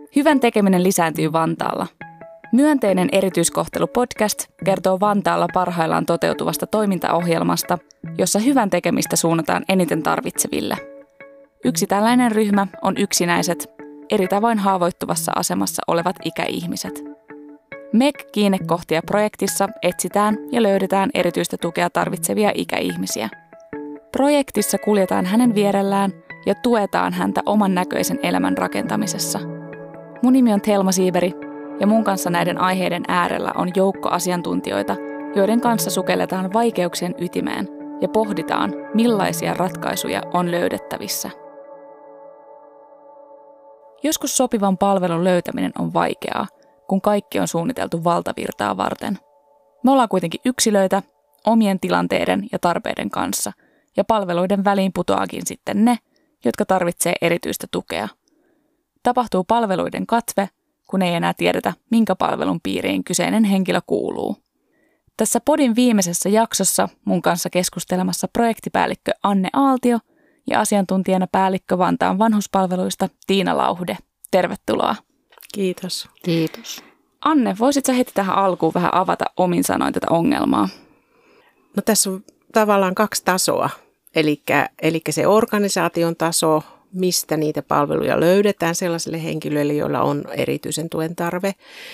Hyvän tekeminen lisääntyy Vantaalla. Myönteinen erityiskohtelu podcast kertoo Vantaalla parhaillaan toteutuvasta toimintaohjelmasta, jossa hyvän tekemistä suunnataan eniten tarvitseville. Yksi tällainen ryhmä on yksinäiset, eri tavoin haavoittuvassa asemassa olevat ikäihmiset. MEG-kiinnekohtia projektissa etsitään ja löydetään erityistä tukea tarvitsevia ikäihmisiä. Projektissa kuljetaan hänen vierellään ja tuetaan häntä oman näköisen elämän rakentamisessa. Mun nimi on Thelma Siiberi ja mun kanssa näiden aiheiden äärellä on joukko asiantuntijoita, joiden kanssa sukelletaan vaikeuksien ytimeen ja pohditaan, millaisia ratkaisuja on löydettävissä. Joskus sopivan palvelun löytäminen on vaikeaa, kun kaikki on suunniteltu valtavirtaa varten. Me ollaan kuitenkin yksilöitä, omien tilanteiden ja tarpeiden kanssa, ja palveluiden väliin putoaakin sitten ne, jotka tarvitsee erityistä tukea. Tapahtuu palveluiden katve, kun ei enää tiedetä, minkä palvelun piiriin kyseinen henkilö kuuluu. Tässä podin viimeisessä jaksossa mun kanssa keskustelemassa projektipäällikkö Anne Aaltio ja asiantuntijana päällikkö Vantaan vanhuspalveluista Tiina Lauhde. Tervetuloa. Kiitos. Kiitos. Anne, voisitko heti tähän alkuun vähän avata omin sanoin tätä ongelmaa? No tässä on tavallaan kaksi tasoa, eli se organisaation taso, mistä niitä palveluja löydetään sellaisille henkilöille, joilla on erityisen tuen tarve.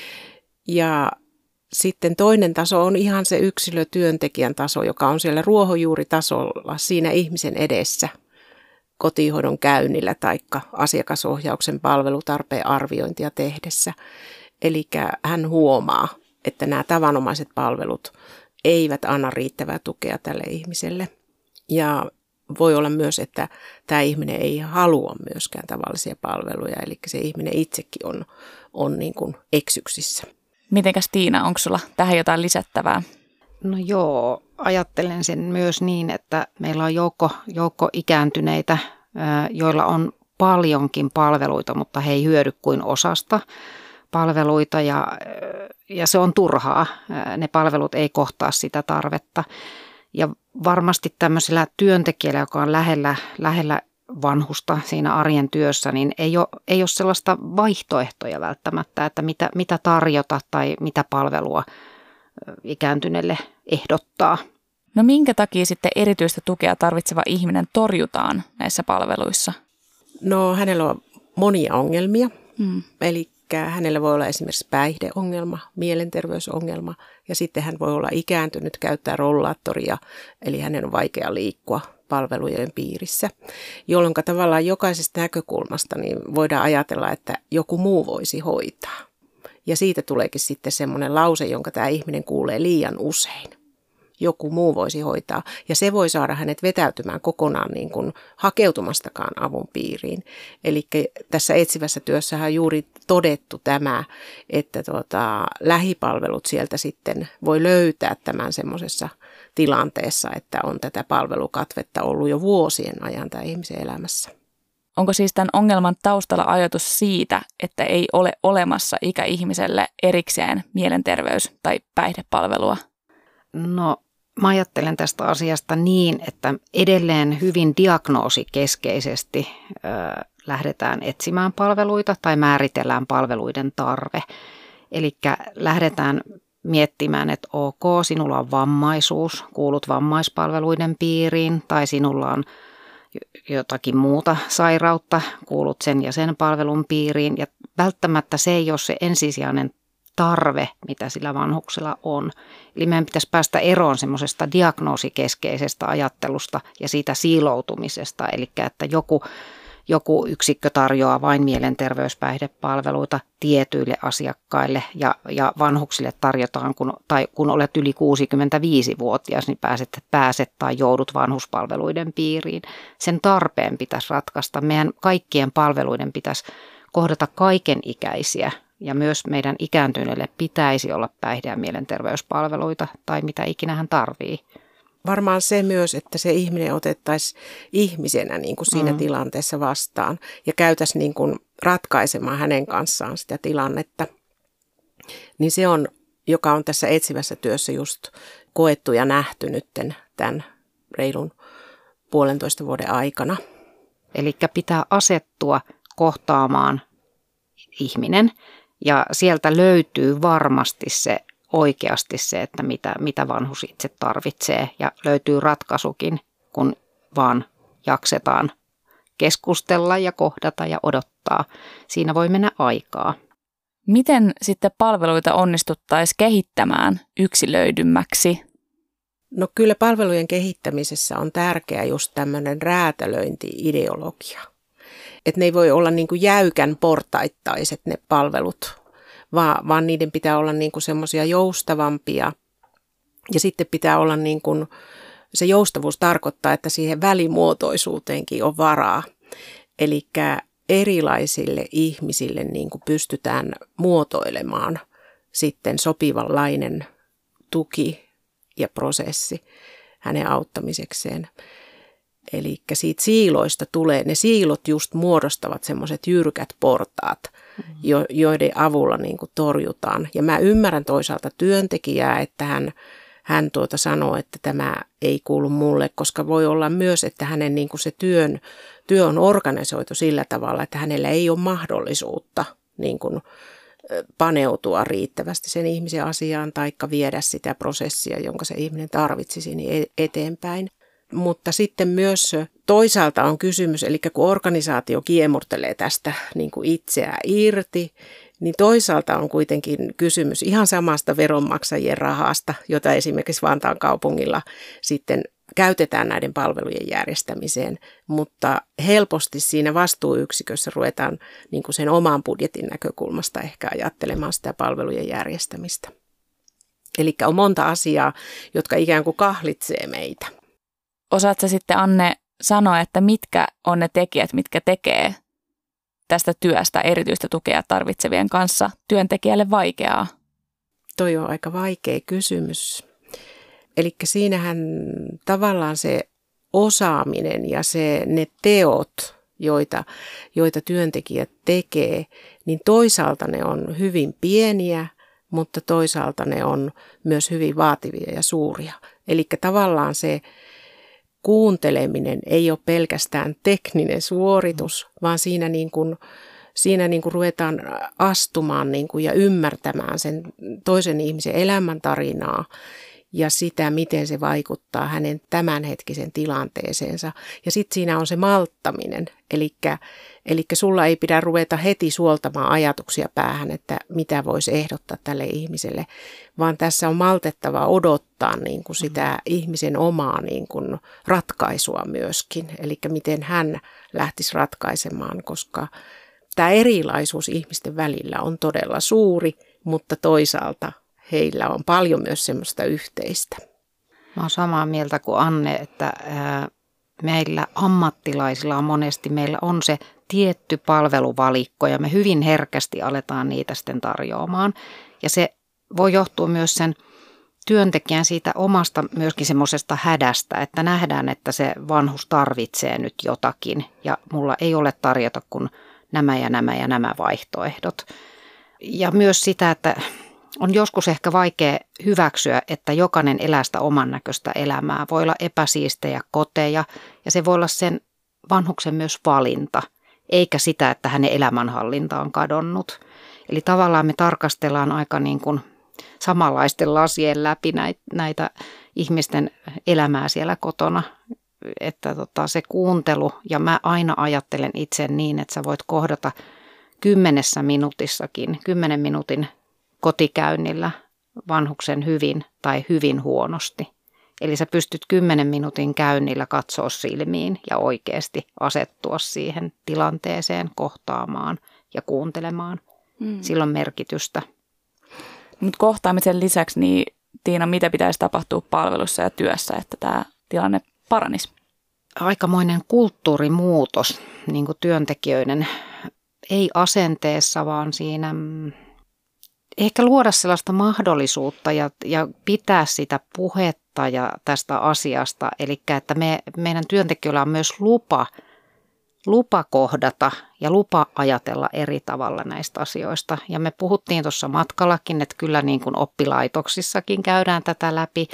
Ja sitten toinen taso on ihan se yksilötyöntekijän taso, joka on siellä ruohonjuuritasolla siinä ihmisen edessä kotihoidon käynnillä tai asiakasohjauksen palvelutarpeen arviointia tehdessä. Eli hän huomaa, että nämä tavanomaiset palvelut eivät anna riittävää tukea tälle ihmiselle. Ja voi olla myös, että tämä ihminen ei halua myöskään tavallisia palveluja, eli se ihminen itsekin on niin kuin eksyksissä. Mitenkäs Tiina, onko sulla tähän jotain lisättävää? No joo, ajattelen sen myös niin, että meillä on joukko ikääntyneitä, joilla on paljonkin palveluita, mutta he ei hyödy kuin osasta palveluita ja se on turhaa. Ne palvelut ei kohtaa sitä tarvetta. Ja varmasti tämmöisellä työntekijällä, joka on lähellä vanhusta siinä arjen työssä, niin ei ole sellaista vaihtoehtoja välttämättä, että mitä tarjota tai mitä palvelua ikääntyneelle ehdottaa. No minkä takia sitten erityistä tukea tarvitseva ihminen torjutaan näissä palveluissa? No hänellä on monia ongelmia, eli hänellä voi olla esimerkiksi päihdeongelma, mielenterveysongelma ja sitten hän voi olla ikääntynyt, käyttää rollaattoria, eli hänen on vaikea liikkua palvelujen piirissä, jolloin tavallaan jokaisesta näkökulmasta niin voidaan ajatella, että joku muu voisi hoitaa. Ja siitä tuleekin sitten semmoinen lause, jonka tämä ihminen kuulee liian usein. Joku muu voisi hoitaa ja se voi saada hänet vetäytymään kokonaan niin kuin hakeutumastakaan avun piiriin. Eli tässä etsivässä työssähän on juuri todettu tämä, että lähipalvelut sieltä sitten voi löytää tämän semmoisessa tilanteessa, että on tätä palvelukatvetta ollut jo vuosien ajan tämä ihmisen elämässä. Onko siis tämän ongelman taustalla ajatus siitä, että ei ole olemassa ikäihmiselle erikseen mielenterveys- tai päihdepalvelua? No mä ajattelen tästä asiasta niin, että edelleen hyvin diagnoosikeskeisesti lähdetään etsimään palveluita tai määritellään palveluiden tarve. Eli lähdetään miettimään, että ok, sinulla on vammaisuus, kuulut vammaispalveluiden piiriin tai sinulla on jotakin muuta sairautta, kuulut sen ja sen palvelun piiriin ja välttämättä se ei ole se ensisijainen tarve, mitä sillä vanhuksella on. Eli meidän pitäisi päästä eroon semmoisesta diagnoosikeskeisestä ajattelusta ja siitä siiloutumisesta, eli että joku yksikkö tarjoaa vain mielenterveyspäihdepalveluita tietyille asiakkaille ja vanhuksille tarjotaan, kun olet yli 65-vuotias, niin pääset tai joudut vanhuspalveluiden piiriin. Sen tarpeen pitäisi ratkaista. Meidän kaikkien palveluiden pitäisi kohdata kaikenikäisiä ja myös meidän ikääntyneille pitäisi olla päihde- ja mielenterveyspalveluita tai mitä ikinä hän tarvii. Varmaan se myös, että se ihminen otettaisiin ihmisenä niin kuin siinä tilanteessa vastaan ja käytäisiin niin kuin ratkaisemaan hänen kanssaan sitä tilannetta. Niin se on, joka on tässä etsivässä työssä just koettu ja nähty nytten tämän reilun 1,5 vuoden aikana. Eli pitää asettua kohtaamaan ihminen. Ja sieltä löytyy varmasti oikeasti se, että mitä vanhus itse tarvitsee. Ja löytyy ratkaisukin, kun vaan jaksetaan keskustella ja kohdata ja odottaa. Siinä voi mennä aikaa. Miten sitten palveluita onnistuttaisiin kehittämään yksilöidymmäksi? No kyllä palvelujen kehittämisessä on tärkeää just tämmöinen räätälöinti-ideologia. Että ne ei voi olla niin kuin jäykän portaittaiset ne palvelut, vaan niiden pitää olla niin kuin semmoisia joustavampia. Ja sitten pitää olla niin kuin, se joustavuus tarkoittaa, että siihen välimuotoisuuteenkin on varaa. Eli erilaisille ihmisille niin kuin pystytään muotoilemaan sitten sopivanlainen tuki ja prosessi hänen auttamisekseen. Eli siitä siiloista tulee, ne siilot just muodostavat semmoiset jyrkät portaat, joiden avulla niin kuin torjutaan. Ja mä ymmärrän toisaalta työntekijää, että hän sanoo, että tämä ei kuulu mulle, koska voi olla myös, että hänen niin kuin se työ on organisoitu sillä tavalla, että hänellä ei ole mahdollisuutta niin kuin paneutua riittävästi sen ihmisen asiaan tai viedä sitä prosessia, jonka se ihminen tarvitsisi niin eteenpäin. Mutta sitten myös toisaalta on kysymys, eli kun organisaatio kiemurtelee tästä niin kuin itseään irti, niin toisaalta on kuitenkin kysymys ihan samasta veronmaksajien rahasta, jota esimerkiksi Vantaan kaupungilla sitten käytetään näiden palvelujen järjestämiseen, mutta helposti siinä vastuuyksikössä ruvetaan niin kuin sen oman budjetin näkökulmasta ehkä ajattelemaan sitä palvelujen järjestämistä. Eli on monta asiaa, jotka ikään kuin kahlitsee meitä. Osaatko sitten, Anne, sanoa, että mitkä on ne tekijät, mitkä tekee tästä työstä erityistä tukea tarvitsevien kanssa työntekijälle vaikeaa? Toi on aika vaikea kysymys. Eli siinähän tavallaan se osaaminen ja ne teot, joita työntekijät tekee, niin toisaalta ne on hyvin pieniä, mutta toisaalta ne on myös hyvin vaativia ja suuria. Eli tavallaan se kuunteleminen ei ole pelkästään tekninen suoritus, vaan siinä niin kuin ruvetaan astumaan niin kuin ja ymmärtämään sen toisen ihmisen elämäntarinaa ja sitä, miten se vaikuttaa hänen tämänhetkisen tilanteeseensa. Ja sitten siinä on se malttaminen, eli sulla ei pidä ruveta heti suoltamaan ajatuksia päähän, että mitä voisi ehdottaa tälle ihmiselle, vaan tässä on maltettava odottaa niin kuin sitä ihmisen omaa niin kuin ratkaisua myöskin, eli miten hän lähtisi ratkaisemaan, koska tämä erilaisuus ihmisten välillä on todella suuri, mutta toisaalta heillä on paljon myös semmoista yhteistä. Mä oon samaa mieltä kuin Anne, että meillä ammattilaisilla on monesti, meillä on se tietty palveluvalikko ja me hyvin herkästi aletaan niitä sitten tarjoamaan. Ja se voi johtua myös sen työntekijän siitä omasta myöskin semmoisesta hädästä, että nähdään, että se vanhus tarvitsee nyt jotakin ja mulla ei ole tarjota kuin nämä ja nämä ja nämä vaihtoehdot. Ja myös sitä, että on joskus ehkä vaikea hyväksyä, että jokainen elää sitä oman näköistä elämää. Voi olla epäsiistejä koteja ja se voi olla sen vanhuksen myös valinta, eikä sitä, että hänen elämänhallinta on kadonnut. Eli tavallaan me tarkastellaan aika niin kuin samanlaisten lasien läpi näitä ihmisten elämää siellä kotona. Että se kuuntelu, ja mä aina ajattelen itse niin, että sä voit kohdata 10 minuutissakin, 10 minuutin kotikäynnillä vanhuksen hyvin tai hyvin huonosti. Eli sä pystyt 10 minuutin käynnillä katsoa silmiin ja oikeasti asettua siihen tilanteeseen, kohtaamaan ja kuuntelemaan. Sillä on merkitystä. Mutta kohtaamisen lisäksi, niin Tiina, mitä pitäisi tapahtua palvelussa ja työssä, että tämä tilanne paranisi? Aikamoinen kulttuurimuutos niin kuin työntekijöiden, ei asenteessa, vaan siinä ehkä luoda sellaista mahdollisuutta ja pitää sitä puhetta ja tästä asiasta. Eli että meidän työntekijöillä on myös lupa kohdata ja lupa ajatella eri tavalla näistä asioista. Ja me puhuttiin tuossa matkallakin, että kyllä niin kuin oppilaitoksissakin käydään tätä läpi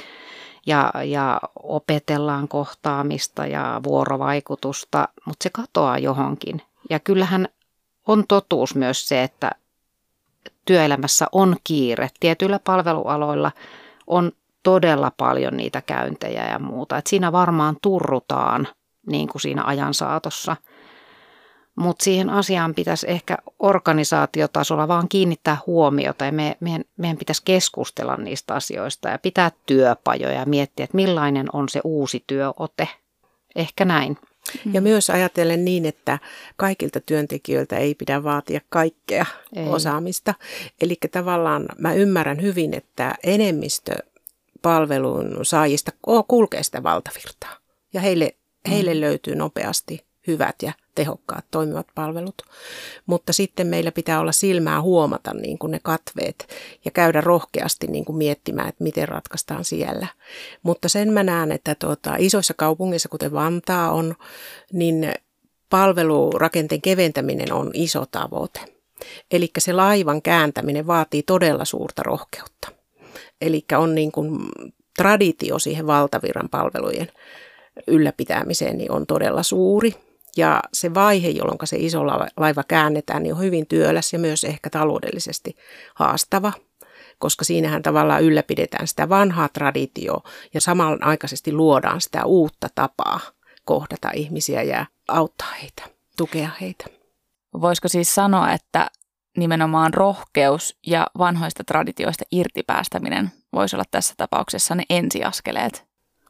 ja opetellaan kohtaamista ja vuorovaikutusta, mutta se katoaa johonkin. Ja kyllähän on totuus myös se, että työelämässä on kiire. Tietyillä palvelualoilla on todella paljon niitä käyntejä ja muuta. Et siinä varmaan turrutaan niin kuin siinä ajan saatossa. Mutta siihen asiaan pitäisi ehkä organisaatiotasolla vaan kiinnittää huomiota ja meidän pitäisi keskustella niistä asioista ja pitää työpajoja ja miettiä, että millainen on se uusi työote. Ehkä näin. Ja myös ajatellen niin, että kaikilta työntekijöiltä ei pidä vaatia kaikkea osaamista. Eli tavallaan mä ymmärrän hyvin, että enemmistö palvelun saajista kulkee sitä valtavirtaa. Ja heille löytyy nopeasti hyvät ja tehokkaat toimivat palvelut. Mutta sitten meillä pitää olla silmää huomata niin kuin ne katveet ja käydä rohkeasti niin kuin miettimään, että miten ratkaistaan siellä. Mutta sen mä näen, että isoissa kaupungeissa, kuten Vantaa on, niin palvelurakenteen keventäminen on iso tavoite. Eli se laivan kääntäminen vaatii todella suurta rohkeutta. Eli on niin kuin traditio siihen valtavirran palvelujen ylläpitämiseen niin on todella suuri. Ja se vaihe, jolloin se iso laiva käännetään, niin on hyvin työläs ja myös ehkä taloudellisesti haastava, koska siinähän tavallaan ylläpidetään sitä vanhaa traditioa ja samanaikaisesti luodaan sitä uutta tapaa kohdata ihmisiä ja auttaa heitä, tukea heitä. Voisiko siis sanoa, että nimenomaan rohkeus ja vanhoista traditioista irtipäästäminen voisi olla tässä tapauksessa ne ensiaskeleet?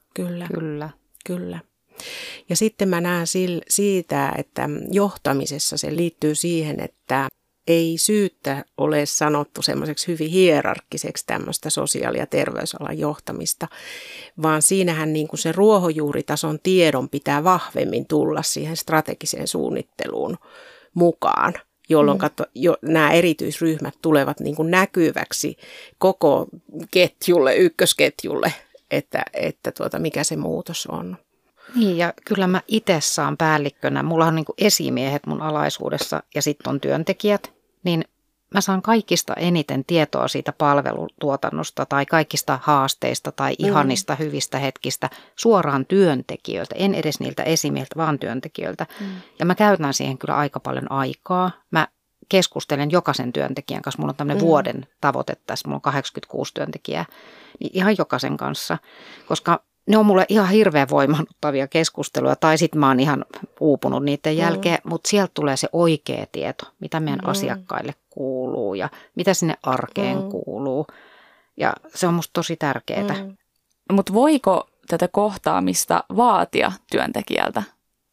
Kyllä. Ja sitten mä näen siitä, että johtamisessa se liittyy siihen, että ei syyttä ole sanottu semmoiseksi hyvin hierarkkiseksi tämmöistä sosiaali- ja terveysalan johtamista, vaan siinähän niin kuin se ruohonjuuritason tiedon pitää vahvemmin tulla siihen strategiseen suunnitteluun mukaan, jolloin nämä erityisryhmät tulevat niin kuin näkyväksi koko ketjulle, ykkösketjulle, että mikä se muutos on. Niin ja kyllä mä itse saan päällikkönä, mulla on niin kuin esimiehet mun alaisuudessa ja sitten on työntekijät, niin mä saan kaikista eniten tietoa siitä palvelutuotannosta tai kaikista haasteista tai ihanista hyvistä hetkistä suoraan työntekijöiltä, en edes niiltä esimiehiltä, vaan työntekijöiltä. Ja mä käytän siihen kyllä aika paljon aikaa. Mä keskustelen jokaisen työntekijän kanssa, mulla on tämmöinen vuoden tavoite tässä, mulla on 86 työntekijää, niin ihan jokaisen kanssa, koska ne on mulle ihan hirveän voimannuttavia keskusteluja, tai sitten mä oon ihan uupunut niiden jälkeen, mutta sieltä tulee se oikea tieto, mitä meidän asiakkaille kuuluu ja mitä sinne arkeen kuuluu. Ja se on musta tosi tärkeää. Mutta voiko tätä kohtaamista vaatia työntekijältä?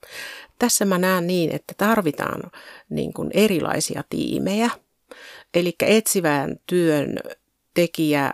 Tässä mä näen niin, että tarvitaan niin kuin erilaisia tiimejä. Eli etsivän työn tekijä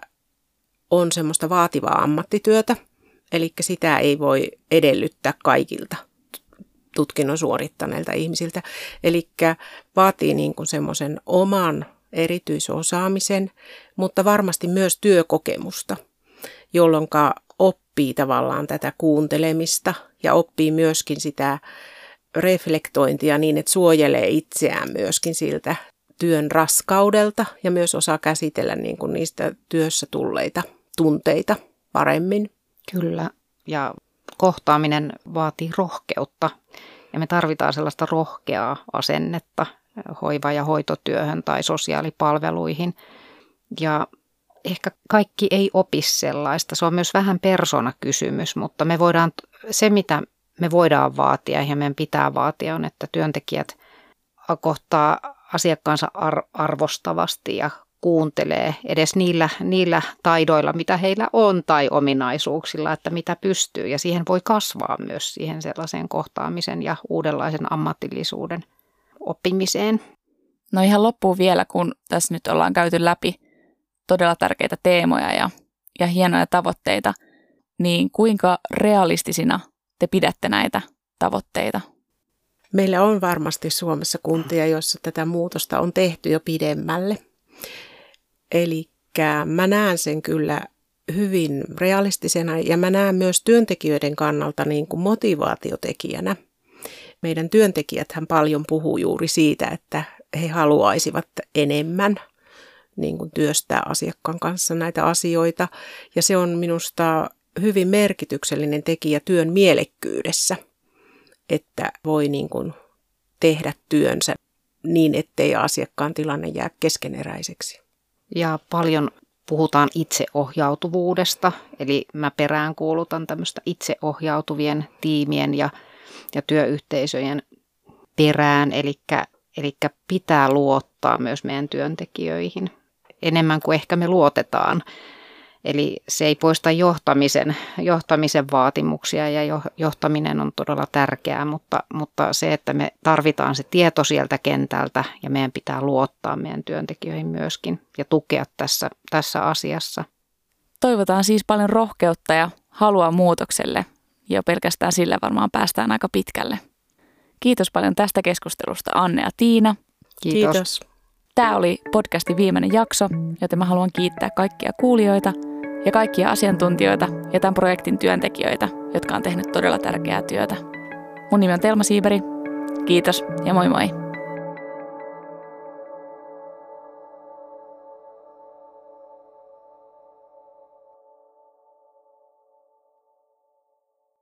on semmoista vaativaa ammattityötä. Eli sitä ei voi edellyttää kaikilta tutkinnon suorittaneilta ihmisiltä. Eli vaatii niin kuin semmoisen oman erityisosaamisen, mutta varmasti myös työkokemusta, jolloin oppii tavallaan tätä kuuntelemista ja oppii myöskin sitä reflektointia niin, että suojelee itseään myöskin siltä työn raskaudelta ja myös osaa käsitellä niin kuin niistä työssä tulleita tunteita paremmin. Kyllä, ja kohtaaminen vaatii rohkeutta ja me tarvitaan sellaista rohkeaa asennetta hoiva- ja hoitotyöhön tai sosiaalipalveluihin. Ja ehkä kaikki ei opi sellaista, se on myös vähän persoonakysymys, mutta se mitä me voidaan vaatia ja meidän pitää vaatia on, että työntekijät kohtaa asiakkaansa arvostavasti ja kuuntelee edes niillä taidoilla, mitä heillä on tai ominaisuuksilla, että mitä pystyy. Ja siihen voi kasvaa myös siihen sellaiseen kohtaamisen ja uudenlaisen ammatillisuuden oppimiseen. No ihan loppuun vielä, kun tässä nyt ollaan käyty läpi todella tärkeitä teemoja ja hienoja tavoitteita, niin kuinka realistisina te pidätte näitä tavoitteita? Meillä on varmasti Suomessa kuntia, joissa tätä muutosta on tehty jo pidemmälle. Eli mä näen sen kyllä hyvin realistisena ja mä näen myös työntekijöiden kannalta niin kuin motivaatiotekijänä. Meidän työntekijäthän paljon puhuu juuri siitä, että he haluaisivat enemmän niin kuin työstää asiakkaan kanssa näitä asioita. Ja se on minusta hyvin merkityksellinen tekijä työn mielekkyydessä, että voi niin kuin tehdä työnsä niin, ettei asiakkaan tilanne jää keskeneräiseksi. Ja paljon puhutaan itseohjautuvuudesta, eli mä peräänkuulutan tämmöistä itseohjautuvien tiimien ja työyhteisöjen perään, eli pitää luottaa myös meidän työntekijöihin enemmän kuin ehkä me luotetaan. Eli se ei poista johtamisen vaatimuksia ja johtaminen on todella tärkeää, mutta se, että me tarvitaan se tieto sieltä kentältä ja meidän pitää luottaa meidän työntekijöihin myöskin ja tukea tässä asiassa. Toivotaan siis paljon rohkeutta ja halua muutokselle. Jo pelkästään sillä varmaan päästään aika pitkälle. Kiitos paljon tästä keskustelusta Anne ja Tiina. Kiitos. Tämä oli podcastin viimeinen jakso, joten mä haluan kiittää kaikkia kuulijoita ja kaikkia asiantuntijoita ja tämän projektin työntekijöitä, jotka on tehnyt todella tärkeää työtä. Mun nimi on Telma Siiberi. Kiitos ja moi moi!